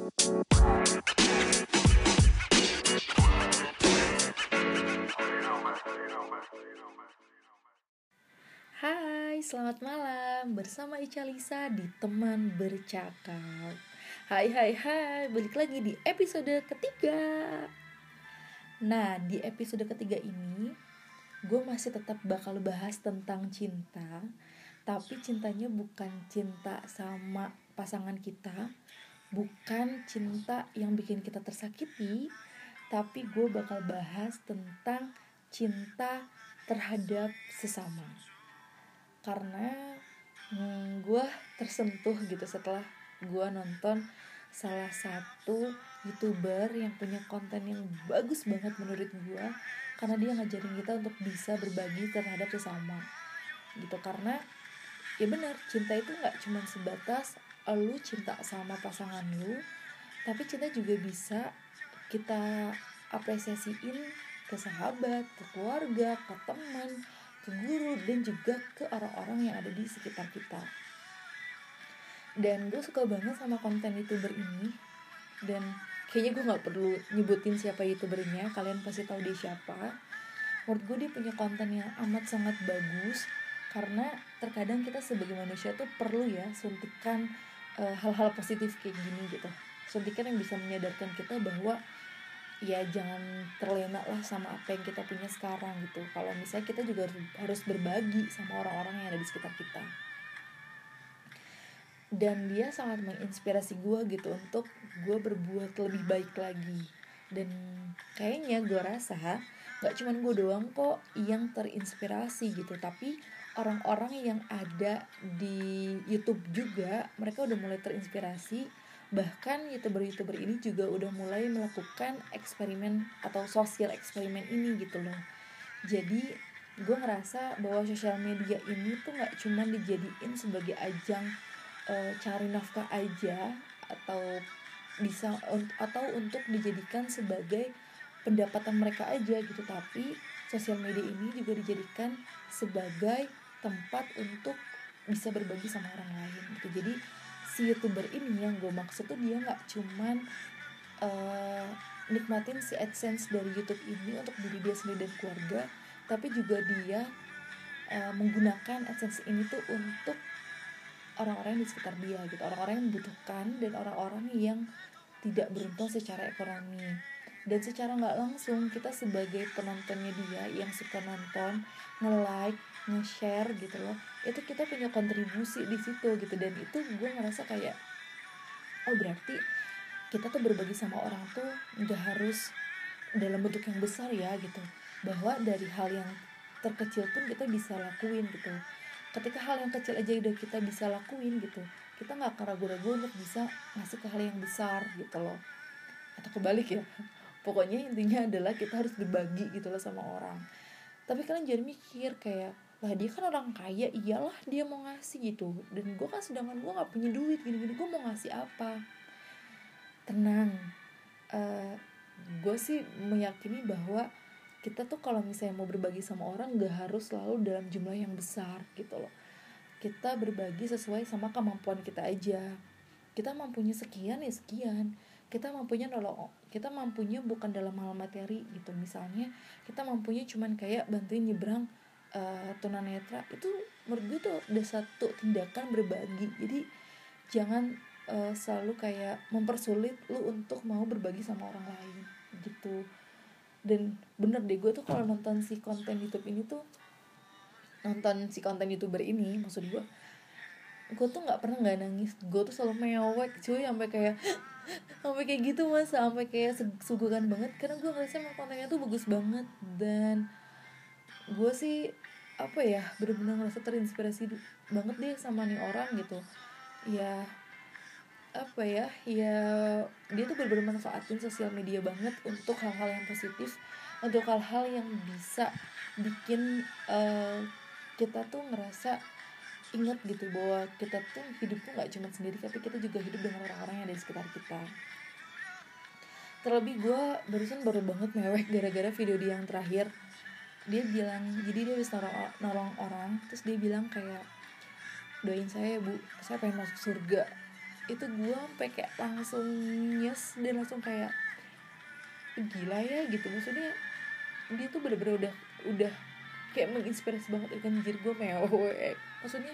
Hai, selamat malam bersama Ica Lisa di Teman Bercakap. Hai, balik lagi di episode ketiga. Nah, di episode ketiga ini gue masih tetap bakal bahas tentang cinta. Tapi cintanya bukan cinta sama pasangan kita, bukan cinta yang bikin kita tersakiti, tapi gue bakal bahas tentang cinta terhadap sesama. Karena gue tersentuh gitu setelah gue nonton salah satu YouTuber yang punya konten yang bagus banget menurut gue, karena dia ngajarin kita untuk bisa berbagi terhadap sesama gitu. Karena ya benar, cinta itu gak cuma sebatas lu cinta sama pasangan lu, tapi cinta juga bisa kita apresiasiin ke sahabat, ke keluarga, ke teman, ke guru, dan juga ke orang-orang yang ada di sekitar kita. Dan gue suka banget sama konten YouTuber ini, dan kayaknya gue gak perlu nyebutin siapa YouTubernya, kalian pasti tahu dia siapa. Menurut gue dia punya konten yang amat sangat bagus, karena terkadang kita sebagai manusia tuh perlu ya suntikan hal-hal positif kayak gini gitu. Suntikan yang bisa menyadarkan kita bahwa ya jangan terlena lah sama apa yang kita punya sekarang gitu. Kalau misalnya kita juga harus berbagi sama orang-orang yang ada di sekitar kita. Dan dia sangat menginspirasi gue gitu untuk gue berbuat lebih baik lagi. Dan kayaknya gue rasa gak cuman gue doang kok yang terinspirasi gitu, tapi orang-orang yang ada di YouTube juga mereka udah mulai terinspirasi. Bahkan YouTuber-YouTuber ini juga udah mulai melakukan eksperimen atau sosial eksperimen ini gitu loh. Jadi gue ngerasa bahwa sosial media ini tuh gak cuma dijadiin sebagai ajang cari nafkah aja, atau bisa atau untuk dijadikan sebagai pendapatan mereka aja gitu, tapi sosial media ini juga dijadikan sebagai tempat untuk bisa berbagi sama orang lain gitu. Jadi si YouTuber ini yang gue maksud tuh dia nggak cuman nikmatin si AdSense dari YouTube ini untuk diri dia sendiri dan keluarga, tapi juga dia menggunakan AdSense ini tuh untuk orang-orang di sekitar dia gitu, orang-orang yang membutuhkan dan orang-orang yang tidak beruntung secara ekonomi. Dan secara nggak langsung kita sebagai penontonnya dia yang suka nonton, nge-like, nge-share gitu loh, itu kita punya kontribusi di situ gitu. Dan itu gue ngerasa kayak oh berarti kita tuh berbagi sama orang tuh nggak harus dalam bentuk yang besar ya gitu, bahwa dari hal yang terkecil pun kita bisa lakuin gitu. Ketika hal yang kecil aja udah kita bisa lakuin gitu, kita nggak akan ragu-ragu untuk bisa ngasih ke hal yang besar gitu loh. Atau kebalik ya, pokoknya intinya adalah kita harus berbagi gitu loh sama orang. Tapi kalian jangan mikir kayak lah dia kan orang kaya, iyalah dia mau ngasih gitu, dan gue kan sedangkan gue nggak punya duit gini-gini, gue mau ngasih apa. Tenang, gue sih meyakini bahwa kita tuh kalau misalnya mau berbagi sama orang gak harus selalu dalam jumlah yang besar gitu loh. Kita berbagi sesuai sama kemampuan kita aja. Kita mampunya sekian ya sekian. Kita mampunya bukan dalam hal materi gitu. Misalnya kita mampunya cuman kayak bantuin nyebrang tunanetra, itu menurut gue tuh udah satu tindakan berbagi. Jadi jangan selalu kayak mempersulit lu untuk mau berbagi sama orang lain gitu. Dan bener deh, gue tuh kalau nonton si konten YouTuber ini, maksud gue tuh nggak pernah nggak nangis. Gue tuh selalu mewek cuy, sampai kayak gitu mas, sampai kayak suguhan banget, karena gue ngerasa emang kontennya tuh bagus banget. Dan gue sih bener-bener ngerasa terinspirasi banget deh sama nih orang gitu. Ya dia tuh bener-bener manfaatin sosial media banget untuk hal-hal yang positif, untuk hal-hal yang bisa bikin kita tuh ngerasa ingat gitu bahwa kita tuh hidup tuh nggak cuma sendiri, tapi kita juga hidup dengan orang-orang yang ada di sekitar kita. Terlebih gue baru banget mewek gara-gara video dia yang terakhir. Dia bilang, jadi dia habis nolong orang, terus dia bilang kayak doain saya ya bu, saya pengen masuk surga. itu gue sampai kayak langsung nyes dan langsung kayak gila ya gitu. Maksudnya dia tuh bener-bener udah kayak menginspirasi banget. Anjir gue mewek, maksudnya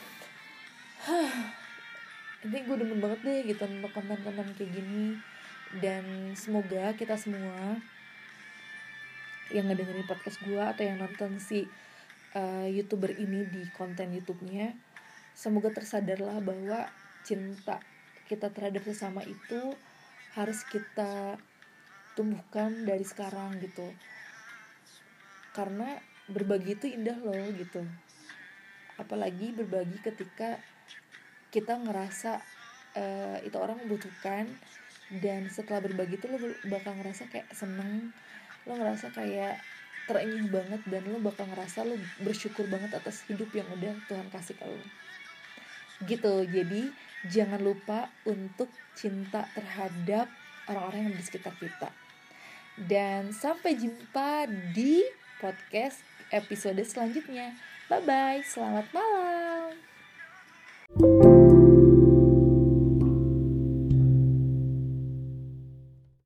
intinya gue demen banget deh gitu untuk konten-konten kayak gini. Dan semoga kita semua yang ngedengerin podcast gue atau yang nonton si YouTuber ini di konten YouTube-nya, semoga tersadarlah bahwa cinta kita terhadap sesama itu harus kita tumbuhkan dari sekarang gitu. Karena berbagi itu indah loh gitu. Apalagi berbagi ketika kita ngerasa itu orang membutuhkan, dan setelah berbagi itu lo bakal ngerasa kayak seneng, lo ngerasa kayak terenyuh banget, dan lo bakal ngerasa lo bersyukur banget atas hidup yang udah Tuhan kasih ke lo gitu. Jadi jangan lupa untuk cinta terhadap orang-orang yang di sekitar kita. Dan sampai jumpa di podcast episode selanjutnya. Bye bye, selamat malam.